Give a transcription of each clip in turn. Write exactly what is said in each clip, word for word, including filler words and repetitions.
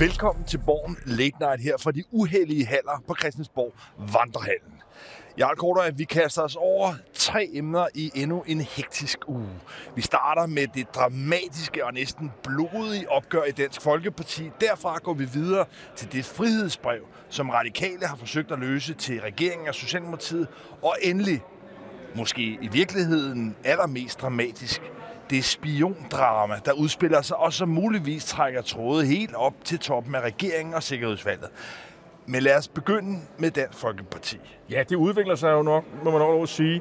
Velkommen til Borgen Late Night her fra de uheldige haller på Christiansborg Vandrehallen. Jarl Korter, vi kaster os over tre emner i endnu en hektisk uge. Vi starter med det dramatiske og næsten blodige opgør i Dansk Folkeparti. Derfra går vi videre til det frihedsbrev, som Radikale har forsøgt at løse til regeringen og Socialdemokratiet. Og endelig, måske i virkeligheden allermest dramatisk, det spiondrama, der udspiller sig og som muligvis trækker tråde helt op til toppen af regeringen og Sikkerhedsudvalget. Men lad os begynde med Dansk Folkeparti. Ja, det udvikler sig jo nok, må man nok sige.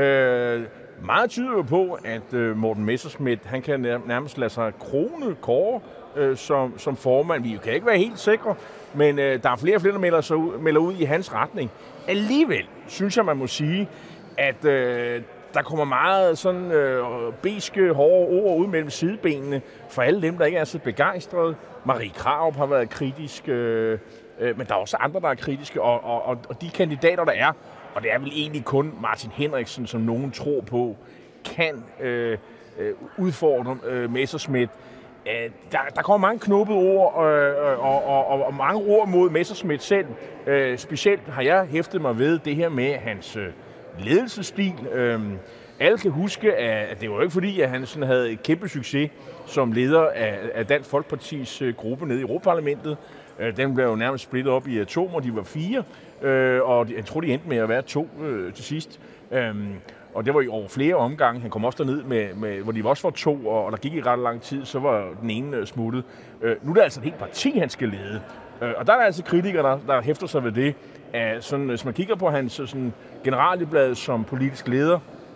Øh, meget tyder jo på, at øh, Morten Messerschmidt, han kan nærmest lade sig krone kåre øh, som, som formand. Vi kan ikke være helt sikre, men øh, der er flere og flere, der melder, sig ud, melder ud i hans retning. Alligevel synes jeg, man må sige, at øh, der kommer meget sådan øh, beske, hårde ord ud mellem sidebenene for alle dem, der ikke er så begejstrede. Marie Krarup har været kritisk, øh, øh, men der er også andre, der er kritiske, og, og, og de kandidater, der er, og det er vel egentlig kun Martin Henriksen, som nogen tror på, kan øh, øh, udfordre øh, Messerschmidt. Øh, der, der kommer mange knubbede ord, øh, og, og, og, og mange ord mod Messerschmidt selv. Øh, specielt har jeg hæftet mig ved det her med hans øh, ledelsesstil. Øhm, alle kan huske, at det var jo ikke fordi, at han sådan havde et kæmpe succes som leder af, af Dansk Folkepartis øh, gruppe nede i Europaparlamentet. Øh, den blev jo nærmest splittet op i atomer, de var fire, øh, og jeg tror, de endte med at være to øh, til sidst. Øhm, og det var jo over flere omgange. Han kom også derned, med, med, hvor de også var to, og, og der gik i ret lang tid, så var den ene øh, smuttet. Øh, nu er det altså et helt parti, han skal lede. Øh, og der er altså kritikere, der, der hæfter sig ved det. At sådan, hvis man kigger på hans sådan, generalieblad som politisk leder,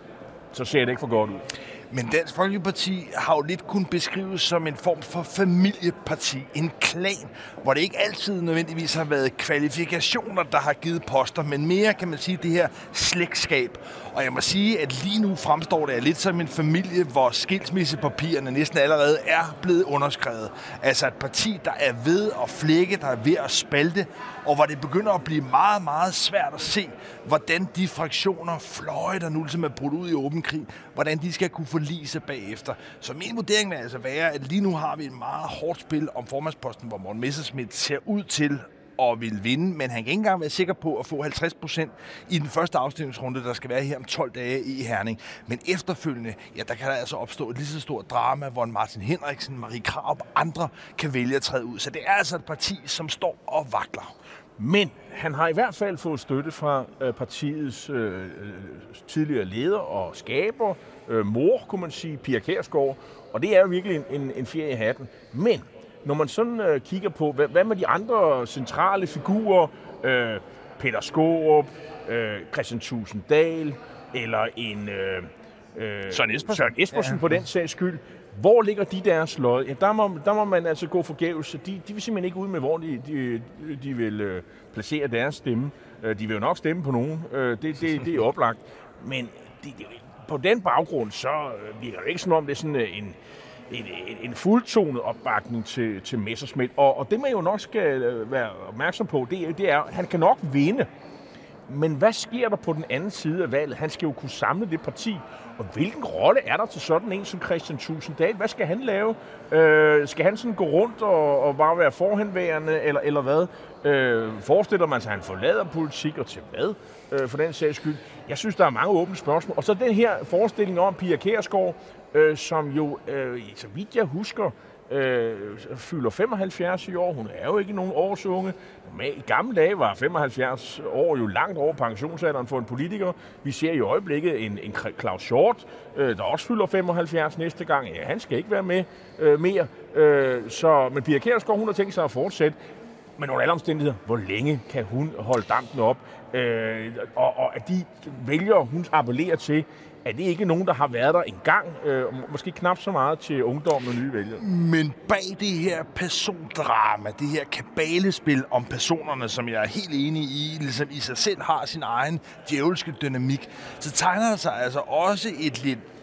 så ser det ikke for godt ud. Men Dansk Folkeparti har jo lidt kun beskrives som en form for familieparti, en klan, hvor det ikke altid nødvendigvis har været kvalifikationer, der har givet poster, men mere, kan man sige, det her slægtskab. Og jeg må sige, at lige nu fremstår det lidt som en familie, hvor skilsmissepapirerne næsten allerede er blevet underskrevet. Altså et parti, der er ved at flække, der er ved at spalte, og hvor det begynder at blive meget, meget svært at se, hvordan de fraktioner, fløje, der nu ligesom er brudt ud i åben krig, hvordan de skal kunne forlige sig bagefter. Så min vurdering vil altså være, at lige nu har vi et meget hårdt spil om formandsposten, hvor Morten Messerschmidt ser ud til og vil vinde, men han kan ikke engang være sikker på at få halvtreds procent i den første afstemningsrunde, der skal være her om tolv dage i Herning. Men efterfølgende, ja, der kan der altså opstå et lige så stort drama, hvor Martin Henriksen, Marie Krarup og andre kan vælge at træde ud. Så det er altså et parti, som står og vakler. Men han har i hvert fald fået støtte fra øh, partiets øh, tidligere leder og skaber, øh, mor, kunne man sige, Pia Kjærsgaard, og det er jo virkelig en, en, en fjer i hatten. Men når man sådan øh, kigger på, hvad, hvad med de andre centrale figurer, øh, Peter Skaarup, øh, Kristian Thulesen Dahl, eller en øh, øh, Søren Espersen, Søren Espersen ja. på den sags skyld, hvor ligger de deres lod? Ja, der må, der må man altså gå forgæves. De, de vil simpelthen ikke ud med, hvor de, de, de vil øh, placere deres stemme. De vil jo nok stemme på nogen. Det, det, det er oplagt. Men de, de, på den baggrund, så virker det ikke som om, det er sådan en, en, en fuldtonet opbakning til, til Messerschmidt. Og, og det, man jo nok skal være opmærksom på, det, det er, at han kan nok vinde. Men hvad sker der på den anden side af valget? Han skal jo kunne samle det parti. Og hvilken rolle er der til sådan en som Kristian Thulesen Dahl? Hvad skal han lave? Øh, skal han sådan gå rundt og, og bare være forhenværende, eller, eller hvad? Øh, forestiller man sig, at han forlader politik, og til hvad? Øh, for den sags skyld. Jeg synes, der er mange åbne spørgsmål. Og så den her forestilling om Pia Kjærsgaard, øh, som jo, øh, så vidt jeg husker, Øh, fylder femoghalvfjerds i år. Hun er jo ikke nogen årsunge. Men i gamle dage var femoghalvfjerds år jo langt over pensionsalderen for en politiker. Vi ser i øjeblikket en, en Claus Hjort, øh, der også fylder femoghalvfjerds næste gang. Ja, han skal ikke være med øh, mere. Øh, så, men Pia Kjærsgaard, hun har tænkt sig at fortsætte. Men under alle omstændigheder, hvor længe kan hun holde dampen op? Øh, og, og at de vælger, hun appellerer til, er det ikke nogen, der har været der engang? Øh, måske knap så meget til ungdommen og nye vælgere. Men bag det her persondrama, det her kabalespil om personerne, som jeg er helt enig i, ligesom i sig selv har sin egen djævelske dynamik, så tegner der sig altså også et lidt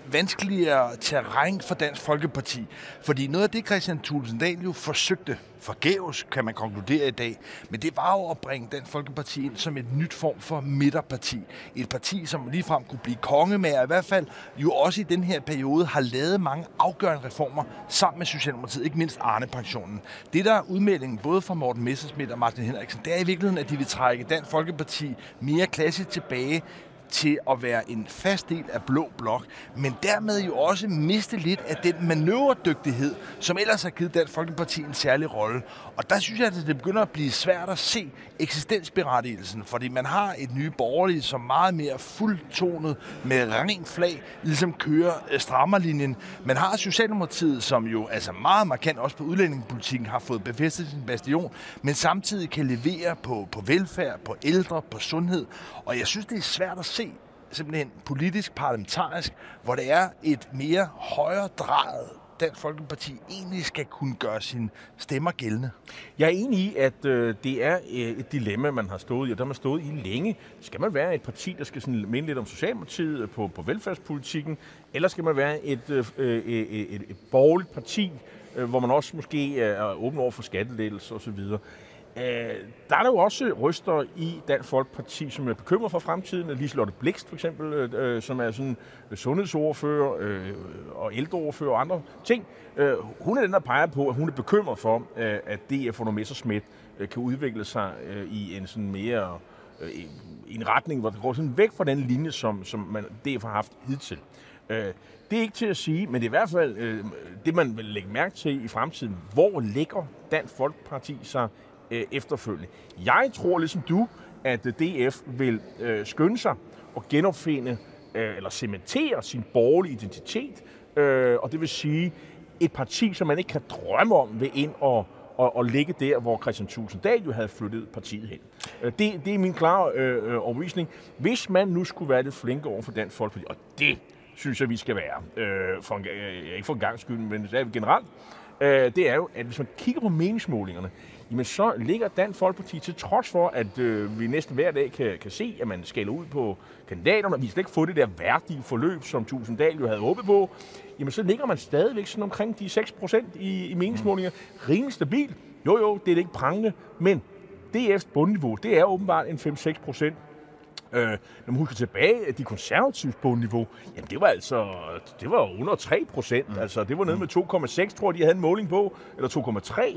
vanskeligere terræn for Dansk Folkeparti. Fordi noget af det, Kristian Thulesen Dahl jo forsøgte, forgæves, kan man konkludere i dag, men det var jo at bringe Dansk Folkeparti ind som et nyt form for midterparti. Et parti, som ligefrem kunne blive kongemager, og i hvert fald jo også i den her periode har lavet mange afgørende reformer sammen med Socialdemokratiet, ikke mindst Arne-pensionen. Det der er udmeldingen både fra Morten Messerschmidt og Martin Henriksen, det er i virkeligheden, at de vil trække Dansk Folkeparti mere klassisk tilbage til at være en fast del af Blå Blok, men dermed jo også miste lidt af den manøvredygtighed, som ellers har givet Dansk Folkeparti en særlig rolle. Og der synes jeg, at det begynder at blive svært at se eksistensberettigelsen, fordi man har et nye borgerlige, som meget mere fuldtonet med ren flag, ligesom kører strammerlinjen. Man har Socialdemokratiet, som jo altså meget markant også på udlændingepolitikken har fået befæstet sin bastion, men samtidig kan levere på, på velfærd, på ældre, på sundhed. Og jeg synes, det er svært at se simpelthen politisk, parlamentarisk, hvor det er et mere højre drejet Dansk Folkeparti egentlig skal kunne gøre sine stemmer gældende. Jeg er enig i, at øh, det er et dilemma, man har stået i, og der har man stået i længe. Skal man være et parti, der skal sådan minde lidt om Socialdemokratiet på, på velfærdspolitikken, eller skal man være et, øh, et, et, et borgerligt parti, øh, hvor man også måske er åben over for skattelettelser osv.? Uh, der er der jo også røster i Dansk Folkeparti, som er bekymret for fremtiden. Liselotte Blixt for eksempel, uh, som er sådan sundhedsordfører uh, og ældreordfører og andre ting. Uh, hun er den, der peger på, at hun er bekymret for, uh, at D F under Messerschmidt uh, kan udvikle sig uh, i en sådan mere uh, i en retning, hvor det går sådan væk fra den linje, som, som man D F har haft hidtil. Uh, det er ikke til at sige, men det er i hvert fald uh, det, man vil lægge mærke til i fremtiden. Hvor ligger Dansk Folkeparti sig efterfølgende? Jeg tror ligesom du, at D F vil øh, skynde sig og genopfinde øh, eller cementere sin borgerlige identitet, øh, og det vil sige et parti, som man ikke kan drømme om vil ind og, og, og ligge der, hvor Kristian Thulesen Dahl jo havde flyttet partiet hen. Øh, det, det er min klare øh, overbevisning. Hvis man nu skulle være lidt flinke over for Dansk Folkeparti, og det synes jeg, vi skal være, øh, for en, øh, ikke for en gang skyld, men det er generelt, øh, det er jo, at hvis man kigger på meningsmålingerne, jamen så ligger Dansk Folkeparti, til trods for, at øh, vi næsten hver dag kan, kan se, at man skælder ud på kandidaterne, og vi skal ikke få det der værdige forløb, som Thulesen Dahl jo havde håbet på, jamen så ligger man stadigvæk sådan omkring de seks procent i, i meningsmålinger. Rimelig stabil. Jo jo, det er det ikke prangende, men D F's bundniveau, det er åbenbart en fem til seks procent. Øh, når man husker tilbage, at de konservatives bundniveau, jamen det var altså, det var under tre procent, mm. altså det var nede med to komma seks, tror jeg, de havde en måling på, eller to komma tre,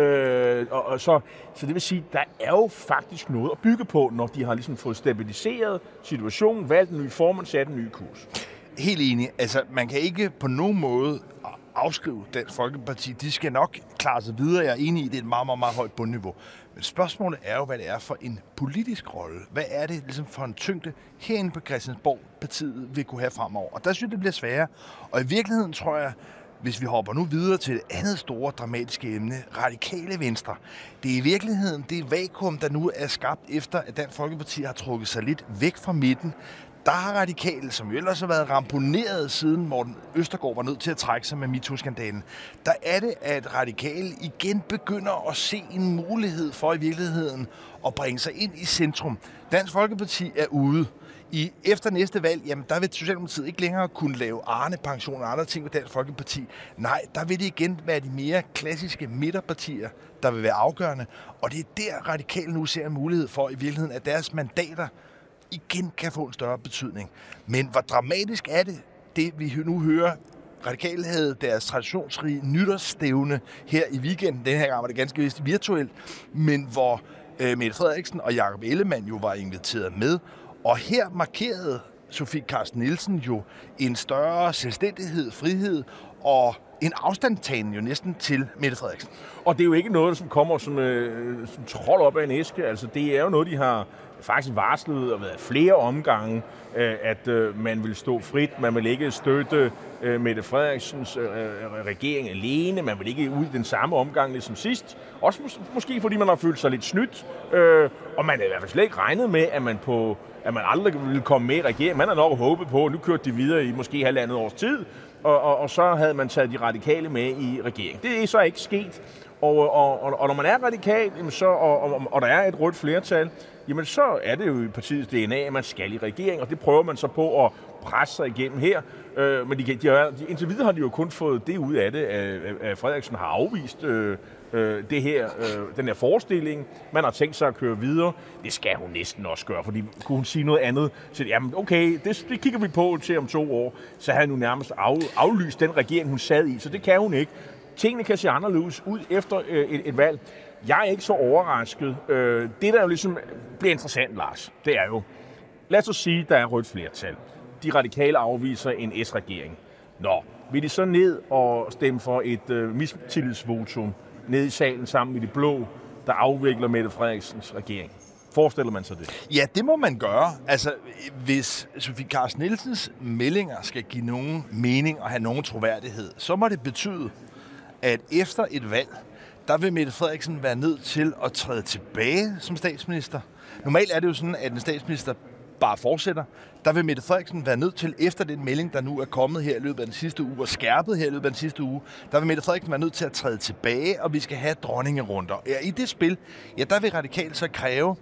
øh, og, og så, så det vil sige, der er jo faktisk noget at bygge på, når de har ligesom fået stabiliseret situationen, valgt en ny formand, sat en ny kurs. Helt enig, altså man kan ikke på nogen måde afskrive Dansk Folkeparti. De skal nok klare sig videre. Jeg er enig i, det er et meget, meget, meget højt bundniveau. Men spørgsmålet er jo, hvad det er for en politisk rolle. Hvad er det ligesom for en tyngde herinde på Christiansborg, partiet vil kunne have fremover? Og der synes jeg, det bliver sværere. Og i virkeligheden tror jeg, hvis vi hopper nu videre til det andet store dramatiske emne, Radikale Venstre. Det er i virkeligheden det vakuum, der nu er skabt efter, at Dansk Folkeparti har trukket sig lidt væk fra midten. Der har Radikale, som jo ellers har været ramponeret siden Morten Østergaard var nødt til at trække sig med MeToo-skandalen, der er det, at Radikale igen begynder at se en mulighed for i virkeligheden at bringe sig ind i centrum. Dansk Folkeparti er ude. I efter næste valg, jamen der vil Socialdemokratiet ikke længere kunne lave Arne-pension og andre ting med Dansk Folkeparti. Nej, der vil det igen være de mere klassiske midterpartier, der vil være afgørende. Og det er der, Radikale nu ser en mulighed for i virkeligheden, at deres mandater igen kan få en større betydning. Men hvor dramatisk er det, det vi nu hører? Radikale havde deres traditionsrige nytårsstævne her i weekenden. Den her gang var det ganske vist virtuelt, men hvor øh, Mette Frederiksen og Jakob Ellemann jo var inviteret med. Og her markerede Sofie Carsten Nielsen jo en større selvstændighed, frihed og en afstandtagen jo næsten til Mette Frederiksen. Og det er jo ikke noget, som kommer som, øh, som trold op af en æske. Altså, det er jo noget, de har faktisk varslet og været flere omgange, øh, at øh, man vil stå frit, man vil ikke støtte øh, Mette Frederiksens øh, regering alene, man vil ikke ud i den samme omgang ligesom sidst. Også mås- måske fordi man har følt sig lidt snydt, øh, og man har i hvert fald slet ikke regnet med, at man på at man aldrig ville komme med i regeringen. Man har nok håbet på, at nu kørte de videre i måske halvandet års tid, og, og, og så havde man taget de radikale med i regeringen. Det er så ikke sket, Og, og, og, og når man er radikal, jamen så, og, og, og der er et rødt flertal, jamen så er det jo i partiets D N A, at man skal i regering, og det prøver man så på at presse sig igennem her. Øh, men de, de har, de, indtil videre har de jo kun fået det ud af det, at, at Frederiksen har afvist øh, øh, det her, øh, den her forestilling. Man har tænkt sig at køre videre. Det skal hun næsten også gøre, fordi kunne hun sige noget andet. Så jamen okay, det, det kigger vi på til om to år. Så har hun nærmest af, aflyst den regering, hun sad i, så det kan hun ikke. Tingene kan se anderledes ud efter øh, et, et valg. Jeg er ikke så overrasket. Øh, det, der jo ligesom bliver interessant, Lars, det er jo, lad os sige, der er rødt flertal. De radikale afviser en S-regering. Nå, vil de så ned og stemme for et øh, mistillidsvotum ned i salen sammen med de blå, der afvikler Mette Frederiksens regering? Forestiller man sig det? Ja, det må man gøre. Altså, hvis Sofie Carsten Nielsens meldinger skal give nogen mening og have nogen troværdighed, så må det betyde, at efter et valg, der vil Mette Frederiksen være nødt til at træde tilbage som statsminister. Normalt er det jo sådan, at en statsminister bare fortsætter. Der vil Mette Frederiksen være nødt til, efter den melding, der nu er kommet her i løbet af den sidste uge, og skærpet her i løbet af den sidste uge, der vil Mette Frederiksen være nødt til at træde tilbage, og vi skal have dronningerunder. Ja, i det spil, ja, der vil Radikale så kræve,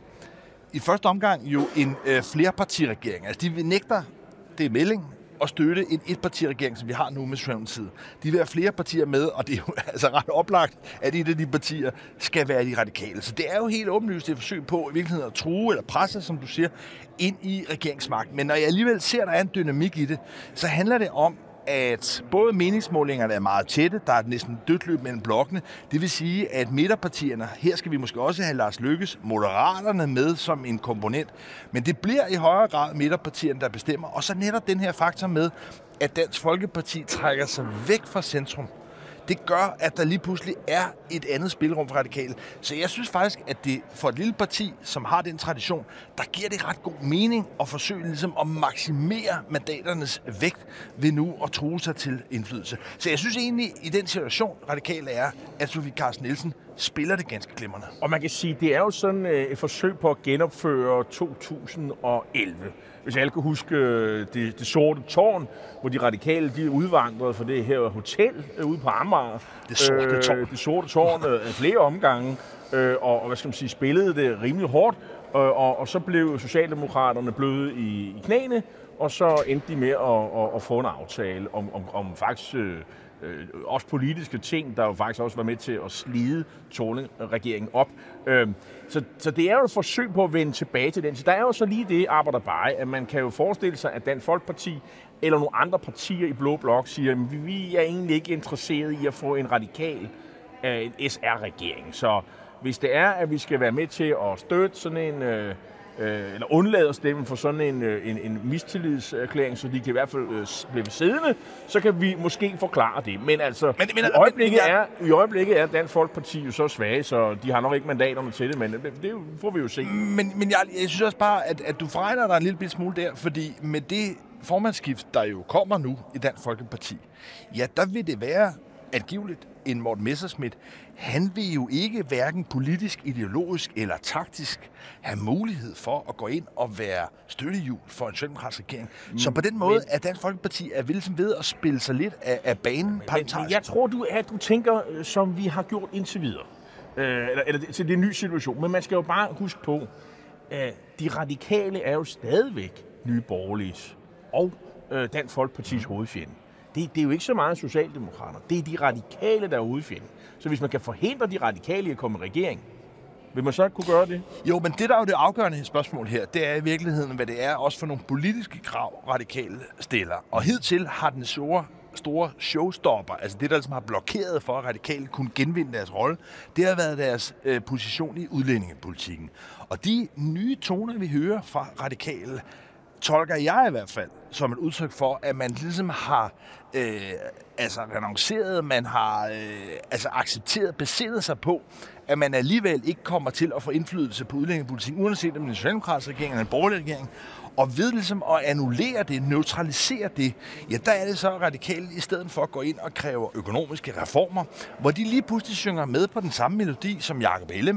i første omgang jo en øh, flerpartiregering. Altså, de vil nægter, det er melding, at støtte en etpartiregering, som vi har nu med Socialdemokratiet. De vil have flere partier med, og det er jo altså ret oplagt, at et af de partier skal være de radikale. Så det er jo helt åbenlyst, det er et forsøg på i virkeligheden at true eller presse, som du siger, ind i regeringsmagten. Men når jeg alligevel ser, at der er en dynamik i det, så handler det om, at både meningsmålingerne er meget tætte, der er næsten dødt løb mellem blokkene. Det vil sige, at midterpartierne, her skal vi måske også have Lars Løkkes Moderaterne med som en komponent, men det bliver i højere grad midterpartierne, der bestemmer. Og så netop den her faktor med, at Dansk Folkeparti trækker sig væk fra centrum. Det gør, at der lige pludselig er et andet spilrum for radikale. Så jeg synes faktisk, at det for et lille parti, som har den tradition, der giver det ret god mening at forsøge ligesom at maksimere mandaternes vægt ved nu at true sig til indflydelse. Så jeg synes egentlig, i den situation, radikale er, at Sofie Carsten Nielsen spiller det ganske glimrende. Og man kan sige, det er jo sådan et forsøg på at genopføre to tusind og elleve. Hvis alle kan huske det, det sorte tårn, hvor de radikale de udvandrede fra det her hotel ude på Amager. Det sorte tårn. Øh, det sorte tårn øh, flere omgange, øh, og, og hvad skal man sige, spillede det rimelig hårdt. Øh, og, og så blev Socialdemokraterne bløde i, i knæene, og så endte de med at, at, at få en aftale om, om, om faktisk øh, øh, også politiske ting, der jo faktisk også var med til at slide Thorning-regeringen op. Øh, så, så det er jo et forsøg på at vende tilbage til den. Så der er jo så lige det arbejder bare, at man kan jo forestille sig, at Dansk Folkeparti eller nogle andre partier i Blå Blok siger, at vi er egentlig ikke interesseret i at få en radikal øh, en S R-regering. Så hvis det er, at vi skal være med til at støtte sådan en, øh, øh, eller undlade at stemme for sådan en, øh, en, en mistillidserklæring, så de kan i hvert fald øh, blive siddende, så kan vi måske forklare det. Men altså, men, men, i, øjeblikket men, er, i øjeblikket er Dansk Folkeparti jo så svage, så de har nok ikke mandaterne til det, men det, det får vi jo se. Men, men jeg, jeg synes også bare, at, at du forregner dig en lille smule der, fordi med det formandsskift, der jo kommer nu i Dansk Folkeparti, ja, der vil det være angiveligt en Morten Messerschmidt. Han vil jo ikke hverken politisk, ideologisk eller taktisk have mulighed for at gå ind og være støttehjul for en socialdemokratisk regering. Mm, så på den måde men, er Dansk Folkeparti er ligesom ved at spille sig lidt af, af banen parlamentarisk. Jeg tror, du, at du tænker, som vi har gjort indtil videre. Øh, eller, eller til det nye situation. Men man skal jo bare huske på, at de radikale er jo stadigvæk Nye Borgerliges og øh, Dansk Folkepartis hovedfjende. Det, det er jo ikke så meget socialdemokrater. Det er de radikale, der er hovedfjende. Så hvis man kan forhindre de radikale i at komme i regering, vil man så ikke kunne gøre det? Jo, men det, der er jo det afgørende spørgsmål her, det er i virkeligheden, hvad det er også for nogle politiske krav, radikale stiller. Og hidtil har den store, store showstopper, altså det, der ligesom har blokeret for, at radikale kunne genvinde deres rolle, det har været deres øh, position i udlændingepolitikken. Og de nye toner, vi hører fra radikale, tolker jeg i hvert fald som et udtryk for, at man ligesom har øh, altså renonceret, man har øh, altså accepteret, besindet sig på, at man alligevel ikke kommer til at få indflydelse på udlændingepolitikken, uanset om det er en socialdemokratisk regering eller en borgerlig regering, og ved ligesom at annullere det, neutralisere det, ja, der er det så radikalt i stedet for at gå ind og kræve økonomiske reformer, hvor de lige pludselig synger med på den samme melodi som Jakob Ellemann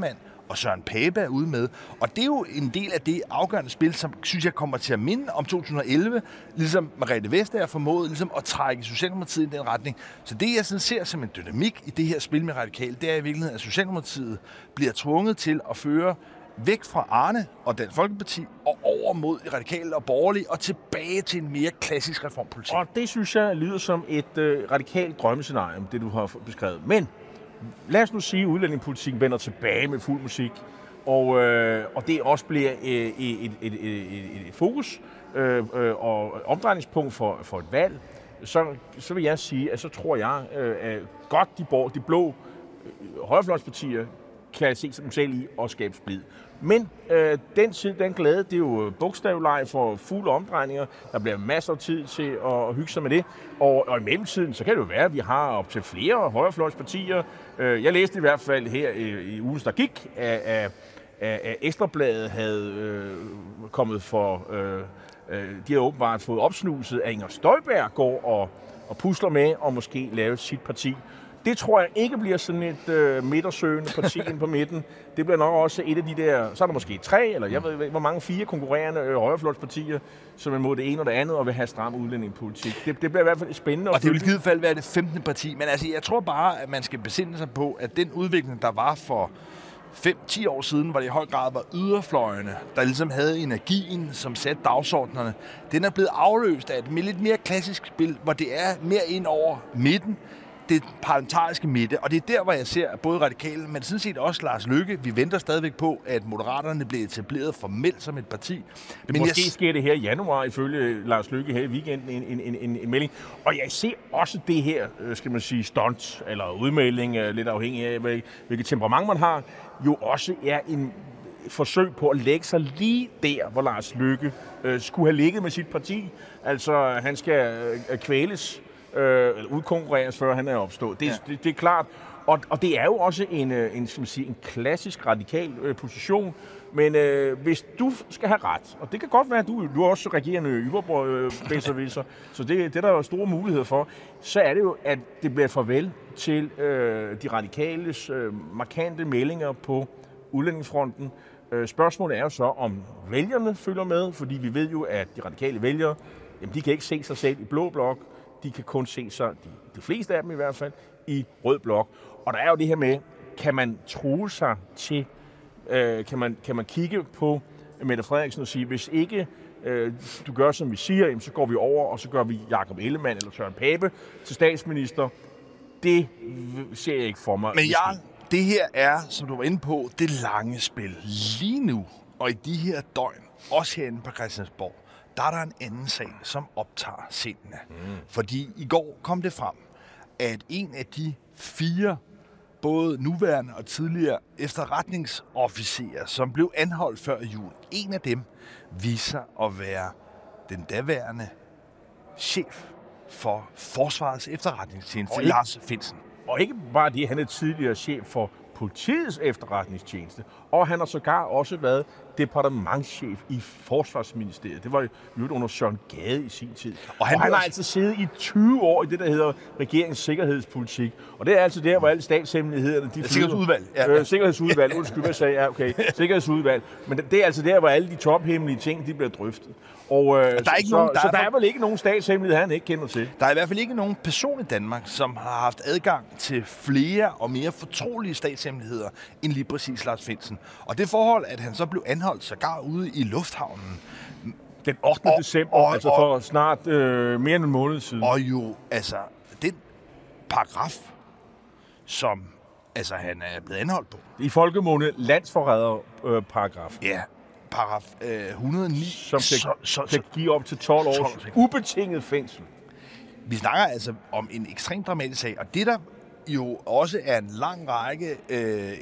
og Søren Pape er ude med. Og det er jo en del af det afgørende spil, som synes jeg kommer til at minde om to tusind og elleve, ligesom Margrethe Vestager formåede ligesom at trække Socialdemokratiet i den retning. Så det, jeg sådan ser som en dynamik i det her spil med Radikale, det er i virkeligheden, at Socialdemokratiet bliver tvunget til at føre væk fra Arne og Dansk Folkeparti og over mod Radikale og Borgerlige og tilbage til en mere klassisk reformpolitik. Og det synes jeg lyder som et øh, radikalt drømmescenarium, det du har beskrevet. Men lad os nu sige, at udlændingepolitikken vender tilbage med fuld musik, og, øh, og det også bliver øh, et, et, et, et, et fokus øh, øh, og omdrejningspunkt for, for et valg. Så, så vil jeg sige, at så tror jeg, øh, at godt de, bor, de blå øh, højrefløjspartier kan se sig selv i at skabe splid. Men øh, den tid, den glæde, det er jo bogstavleje for fulde omdrejninger. Der bliver masser af tid til at hygge sig med det. Og, og i mellemtiden, så kan det jo være, at vi har op til flere højrefløjspartier. Øh, jeg læste i hvert fald her i, i ugen, der gik, at, at, at Ekstra Bladet havde øh, kommet for... Øh, øh, de har åbenbart fået opsnuset, at Inger Støjberg går og, og pusler med og måske lave sit parti. Det tror jeg ikke bliver sådan et øh, midtersøgende parti ind på midten. Det bliver nok også et af de der, så er der måske tre, eller jeg ved hvor mange, fire konkurrerende øh, højrefløjspartier, som er mod det ene og det andet, og vil have stram udlændingepolitik. Det, det bliver i hvert fald spændende. Og det vil i givet fald være det femtende parti. Men altså, jeg tror bare, at man skal besinde sig på, at den udvikling, der var for fem til ti år siden, hvor det i høj grad var yderfløjene, der ligesom havde energien, som satte dagsordnerne, den er blevet afløst af et lidt mere klassisk spil, hvor det er mere ind over midten, det parlamentariske midte, og det er der, hvor jeg ser at både Radikale, men sådan set også Lars Løkke. Vi venter stadigvæk på, at Moderaterne bliver etableret formelt som et parti. Det men måske jeg... sker det her i januar, ifølge Lars Løkke her i weekenden, en, en, en, en, en melding. Og jeg ser også det her, skal man sige, stunt, eller udmelding, lidt afhængig af, hvilket temperament man har, jo også er en forsøg på at lægge sig lige der, hvor Lars Løkke øh, skulle have ligget med sit parti. Altså, han skal øh, kvæles, Øh, udkonkurreres, før han er opstået. Det, ja. det, det er klart. Og, og det er jo også en, en, skal man sige, en klassisk radikal øh, position. Men øh, hvis du skal have ret, og det kan godt være, at du, du er også regerende yberborg-bedserviser, øh, så det, det er der jo store muligheder for, så er det jo, at det bliver farvel til øh, de radikales øh, markante meldinger på udlændingsfronten. Øh, spørgsmålet er jo så, om vælgerne følger med, fordi vi ved jo, at de radikale vælgere, jamen, de kan ikke se sig selv i blå blok. De kan kun se sig, de, de fleste af dem i hvert fald, i rød blok. Og der er jo det her med, kan man true sig til, øh, kan, man, kan man kigge på Mette Frederiksen og sige, hvis ikke øh, du gør, som vi siger, jamen, så går vi over, og så gør vi Jakob Ellemann eller Søren Pape til statsminister. Det ser jeg ikke for mig. Men ja, det her er, som du var inde på, det lange spil. Lige nu, og i de her døgn, også herinde på Christiansborg, der er der en anden sag, som optager sindene. Mm. Fordi i går kom det frem, at en af de fire, både nuværende og tidligere efterretningsofficerer, som blev anholdt før jul, en af dem viser at være den daværende chef for Forsvarets efterretningstjeneste, Lars Findsen. Og ikke bare det, han er tidligere chef for Politiets efterretningstjeneste, og han har sågar også været departementschef i Forsvarsministeriet. Det var jo under Søren Gade i sin tid. Og han, og han har også... altså siddet i tyve år i det, der hedder regeringens sikkerhedspolitik. Og det er altså der, hvor alle statshemmelighederne... De Sikkerhedsudvalg. Ja, ja. Øh, sikkerhedsudvalg. Undskyld, hvad sagde jeg? Okay. Sikkerhedsudvalg. Men det er altså der, hvor alle de tophemmelige ting, de bliver drøftet. Og, øh, og der er ikke så, nogen, der så er, der er vel ikke nogen statshemmelighed, han ikke kender til. Der er i hvert fald ikke nogen person i Danmark, som har haft adgang til flere og mere fortrolige statshemmeligheder end lige præcis Lars Findsen. Og det forhold, at han så blev anholdt sågar ude i lufthavnen den ottende december, og, altså for og, snart øh, mere end en måned siden. Og jo, altså, den paragraf, som altså, han er blevet anholdt på. I folkemunde landsforræder-paragraf. Øh, ja, paragraf øh, et hundrede og ni. Som kan, så, så, kan give op til tolv års ubetinget fængsel. Vi snakker altså om en ekstremt dramatisk sag, og det der jo også er en lang række øh,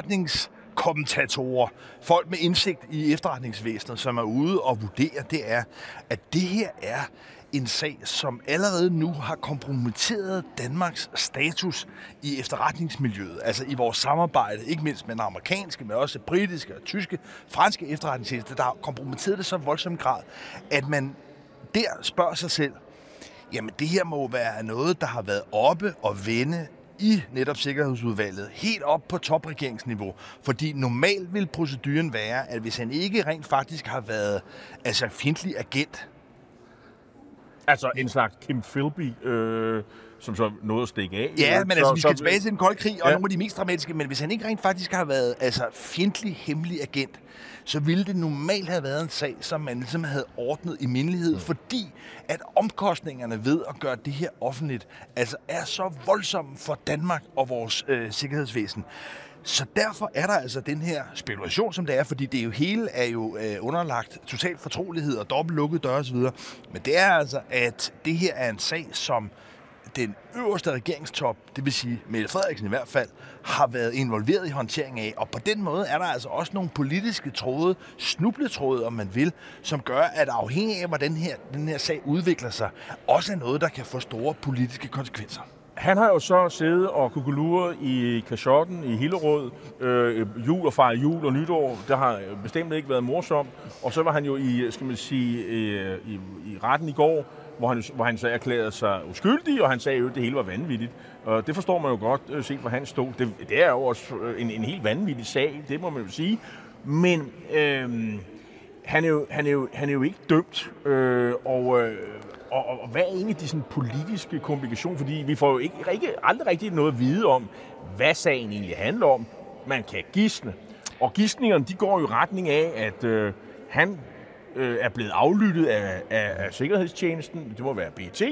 efterretningskommentatorer, folk med indsigt i efterretningsvæsenet, som er ude og vurdere, det er, at det her er en sag, som allerede nu har kompromitteret Danmarks status i efterretningsmiljøet, altså i vores samarbejde, ikke mindst med den amerikanske, men også britiske og tyske, franske efterretningstjeneste, der har kompromitteret det så voldsomt grad, at man der spørger sig selv, jamen det her må være noget, der har været oppe og vende i netop Sikkerhedsudvalget helt op på topregeringsniveau. Fordi normalt vil proceduren være, at hvis han ikke rent faktisk har været altså fjendtlig agent. Altså en slags Kim Philby, øh, som så nåede at stikke af. Ja, men altså, så, vi skal så, tilbage til den kolde krig, og ja. nogle af de mest dramatiske, men hvis han ikke rent faktisk har været altså fjendtlig hemmelig agent, så ville det normalt have været en sag, som man ligesom havde ordnet i mindelighed, mm. fordi at omkostningerne ved at gøre det her offentligt, altså er så voldsomme for Danmark og vores øh, sikkerhedsvæsen. Så derfor er der altså den her spekulation, som det er, fordi det jo hele er jo øh, underlagt total fortrolighed og dobbelt lukkede døre osv. Men det er altså, at det her er en sag, som den øverste regeringstop, det vil sige Mette Frederiksen i hvert fald, har været involveret i håndtering af. Og på den måde er der altså også nogle politiske tråde, snubletråde, om man vil, som gør, at afhængig af, hvordan her, den her sag udvikler sig, også er noget, der kan få store politiske konsekvenser. Han har jo så siddet og kukulure i kashotten i Hillerød, øh, jul og fejre jul og nytår. Det har bestemt ikke været morsomt. Og så var han jo i, skal man sige, i, i, i retten i går, hvor han, hvor han så erklærede sig uskyldig, og han sagde jo, at det hele var vanvittigt. Og det forstår man jo godt, set hvor han stod. Det, det er jo også en, en helt vanvittig sag, det må man jo sige. Men øh, han, er jo, han, er jo, han er jo ikke dømt, øh, og... Øh, Og, og, og hvad er egentlig de sådan, politiske komplikationer? Fordi vi får jo ikke, ikke, aldrig rigtig noget at vide om, hvad sagen egentlig handler om. Man kan gisne. Og gisningerne, de går jo i retning af, at øh, han øh, er blevet aflyttet af, af, af Sikkerhedstjenesten. Det må være B T.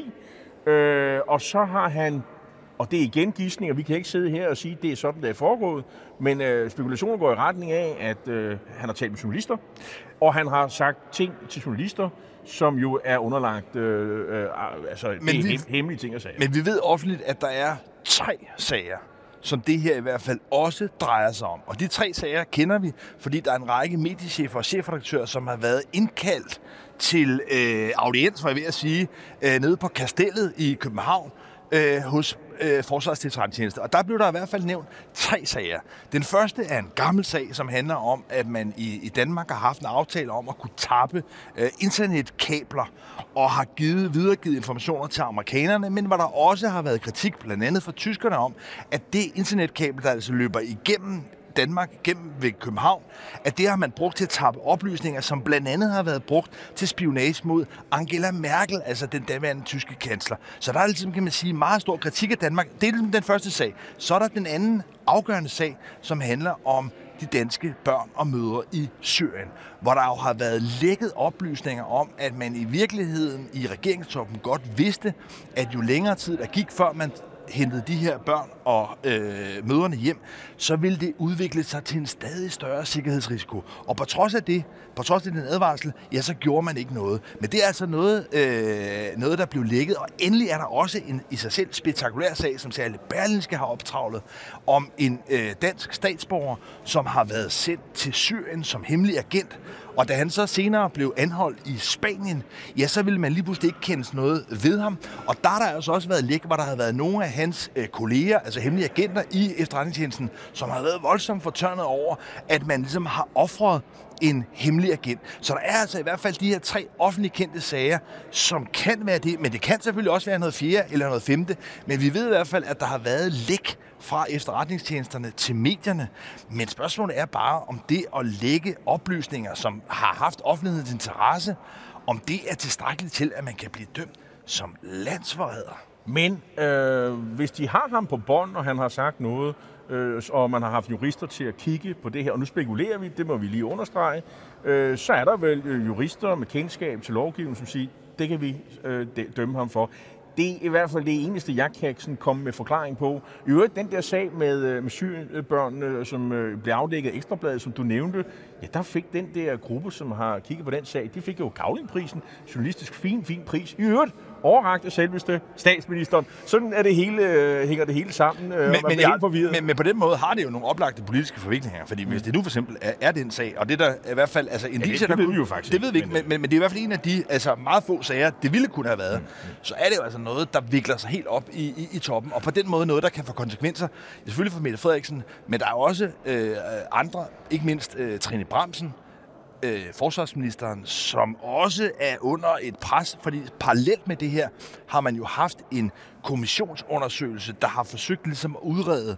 Øh, og så har han, og det er igen gisninger, vi kan ikke sidde her og sige, at det er sådan, det er foregået. Men øh, spekulationer går i retning af, at øh, han har talt med journalister. Og han har sagt ting til journalister, som jo er underlagt øh, øh, altså men det er vi, hemmelige ting at sige. Men vi ved offentligt, at der er tre sager, som det her i hvert fald også drejer sig om. Og de tre sager kender vi, fordi der er en række mediechefer og chefredaktører, som har været indkaldt til øh, audiens, var jeg ved at sige, øh, nede på Kastellet i København øh, hos øh, Forsvarets Efterretningstjeneste. Og der blev der i hvert fald nævnt tre sager. Den første er en gammel sag, som handler om, at man i, i Danmark har haft en aftale om at kunne tappe øh, internetkabler og har givet videregivet informationer til amerikanerne, men hvor der også har været kritik, blandt andet fra tyskerne, om, at det internetkabel, der altså løber igennem Danmark, gennem ved København, at det har man brugt til at tappe oplysninger, som blandt andet har været brugt til spionage mod Angela Merkel, altså den daværende tyske kansler. Så der er ligesom, kan man sige, meget stor kritik af Danmark. Det er den første sag. Så er der den anden afgørende sag, som handler om de danske børn og mødre i Syrien, hvor der jo har været lækket oplysninger om, at man i virkeligheden i regeringstoppen godt vidste, at jo længere tid der gik, før man hentede de her børn og øh, mødrene hjem, så ville det udvikle sig til en stadig større sikkerhedsrisiko. Og på trods af det, på trods af den advarsel, ja, så gjorde man ikke noget. Men det er altså noget, øh, noget der blev lækket, og endelig er der også en i sig selv spektakulær sag, som særligt Berlingske har optravlet, om en øh, dansk statsborger, som har været sendt til Syrien som hemmelig agent. Og da han så senere blev anholdt i Spanien, ja, så ville man lige pludselig ikke kendes noget ved ham. Og der har der altså også været læk, hvor der har været nogle af hans øh, kolleger, altså hemmelige agenter i efterretningstjenesten, som har været voldsomt fortørnet over, at man ligesom har offret en hemmelig agent. Så der er altså i hvert fald de her tre offentligt kendte sager, som kan være det, men det kan selvfølgelig også være noget fjerde eller noget femte. Men vi ved i hvert fald, at der har været læk fra efterretningstjenesterne til medierne. Men spørgsmålet er bare, om det at lægge oplysninger, som har haft offentlighedens interesse, om det er tilstrækkeligt til, at man kan blive dømt som landsforræder. Men øh, hvis de har ham på bånd, og han har sagt noget, øh, og man har haft jurister til at kigge på det her, og nu spekulerer vi, det må vi lige understrege, øh, så er der vel jurister med kendskab til lovgivningen, som siger, det kan vi øh, dømme ham for. Det er i hvert fald det eneste, jeg kan sådan komme med forklaring på. I øvrigt, den der sag med, med sygebørnene, som øh, blev afdækket af Ekstrabladet, som du nævnte, ja, der fik den der gruppe, som har kigget på den sag, de fik jo Cavlingprisen, journalistisk fin, fin pris. I øvrigt, overrakt af selveste statsministeren. Sådan er det hele, øh, hænger det hele sammen. Øh, men, men, helt forvirret. Men, men på den måde har det jo nogle oplagte politiske forviklinger, fordi mm. hvis det nu for eksempel er, er den sag, og det der i hvert fald, altså en ja, det, det ved vi jo faktisk. Det ved vi ikke, men, men, men det er i hvert fald en af de altså meget få sager, det ville kunne have været. Mm. Så er det jo altså noget, der vikler sig helt op i, i, i toppen, og på den måde noget, der kan få konsekvenser, selvfølgelig for Mette Frederiksen, men der er jo også øh, andre, ikke mindst øh, Trine Bramsen, øh, forsvarsministeren, som også er under et pres, fordi parallelt med det her har man jo haft en kommissionsundersøgelse, der har forsøgt ligesom at udrede,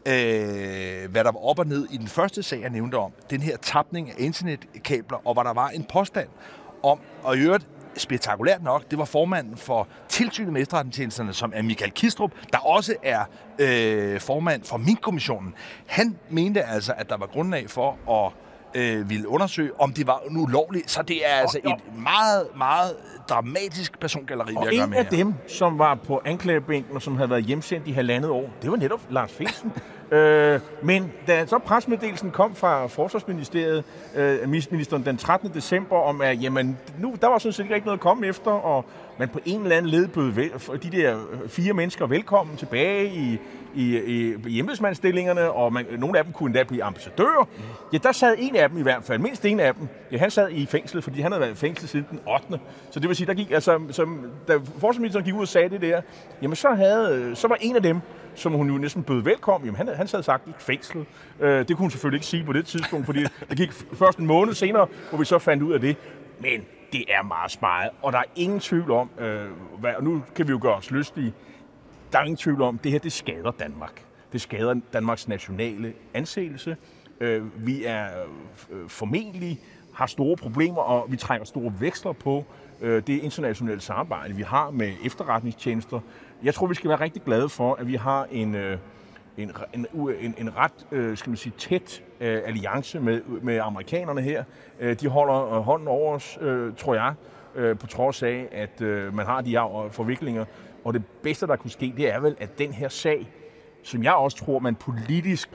øh, hvad der var op og ned i den første sag, jeg nævnte om, den her tapning af internetkabler, og hvor der var en påstand om, og i øvrigt spektakulært nok, det var formanden for tilsynet med efterretningstjenesterne, som er Michael Kistrup, der også er øh, formand for Mink-kommissionen. Han mente altså, at der var grundlag for at øh, ville undersøge, om det var ulovligt. Så det er altså et meget, meget dramatisk persongalleri, vi har at gøre med her. Og en af dem, som var på anklagebænken, og som havde været hjemsendt i halvandet år, det var netop Lars Findsen. øh, men da så pressemeddelelsen kom fra Forsvarsministeriet, øh, ministeren den trettende december, om at jamen, nu, der var sådan set ikke rigtig noget at komme efter, og man på en eller anden led bød de der fire mennesker velkommen tilbage i, i, i, i embedsmandsstillingerne, og man, nogle af dem kunne endda blive ambassadører. Mm. Ja, der sad en af dem i hvert fald, mindst en af dem. Ja, han sad i fængsel, fordi han havde været i fængsel siden den ottende Så det vil sige, der gik, altså, som, da forsvarsministeren gik ud og sagde det der, jamen så, havde, så var en af dem, som hun jo næsten bød velkommen, jamen han, han sad sagt i fængsel. Øh, det kunne hun selvfølgelig ikke sige på det tidspunkt, fordi det gik først en måned senere, hvor vi så fandt ud af det. Men det er meget sparet, og der er ingen tvivl om, øh, hvad, og nu kan vi jo gøre os lystige, der er ingen tvivl om, det her det skader Danmark. Det skader Danmarks nationale anseelse. Øh, vi er øh, formentlig har store problemer, og vi trækker store veksler på øh, det internationale samarbejde, vi har med efterretningstjenester. Jeg tror, vi skal være rigtig glade for, at vi har en, øh, en, en, en, en ret øh, skal man sige, tæt øh, alliance med, med amerikanerne her. Øh, de holder øh, hånden over os, øh, tror jeg, øh, på trods af, at øh, man har de her forviklinger. Og det bedste, der kunne ske, det er vel, at den her sag, som jeg også tror, man politisk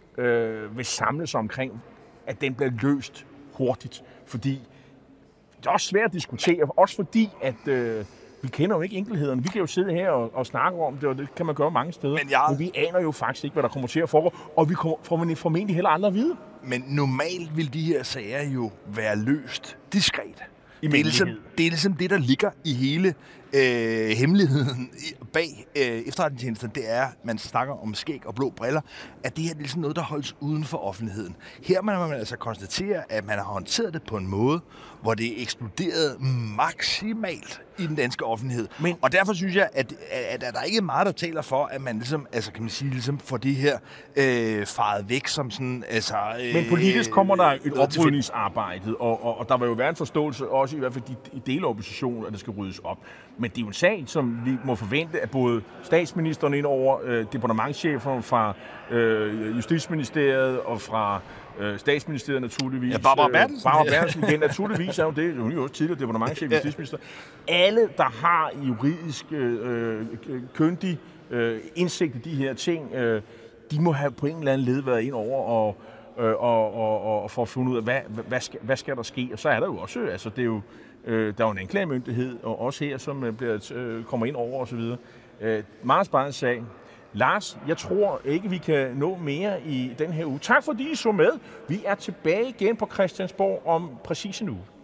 øh, vil samle sig omkring, at den bliver løst hurtigt. Fordi det er også svært at diskutere, også fordi, at øh, vi kender jo ikke enkelhederne. Vi kan jo sidde her og, og snakke om det, og det kan man gøre mange steder. Men, jeg... Men vi aner jo faktisk ikke, hvad der kommer til at foregå, og vi får formentlig heller andre at vide. Men normalt vil de her sager jo være løst diskret. Det er, ligesom, det er ligesom det, der ligger i hele øh, hemmeligheden bag øh, efterretningstjenesten. Det er, man snakker om skæg og blå briller, at det her det er ligesom noget, der holdes uden for offentligheden. Her må man altså konstatere, at man har håndteret det på en måde, hvor det er eksploderet maksimalt i den danske offentlighed. Men, og derfor synes jeg, at, at, at der ikke er meget, der taler for, at man ligesom, altså kan man sige, ligesom får det her øh, faret væk som sådan, altså... Øh, Men politisk kommer der et oprydningsarbejde, og, og, og der vil jo være en forståelse, også i hvert fald i dele af oppositionen, at det skal ryddes op. Men det er jo en sag, som vi må forvente, at både statsministeren ind over, øh, departementschefer fra øh, Justitsministeriet og fra øh, Statsministeriet naturligvis. Ja, Barbara Bertelsen. Øh, Barbara Bertelsen igen, naturligvis er jo det. Hun er jo også tidligere departementschef i Justitsminister. Alle, der har juridisk øh, køndig øh, indsigt i de her ting, øh, de må have på en eller anden led været ind over og øh, og, og, og for at finde ud af, hvad, hvad, skal, hvad skal der ske? Og så er der jo også, altså det er jo, øh, der er jo en anklagemyndighed, og også her, som øh, bliver, øh, kommer ind over osv. Øh, meget spændende sag. Lars, jeg tror ikke, vi kan nå mere i den her uge. Tak fordi I så med. Vi er tilbage igen på Christiansborg om præcis en uge.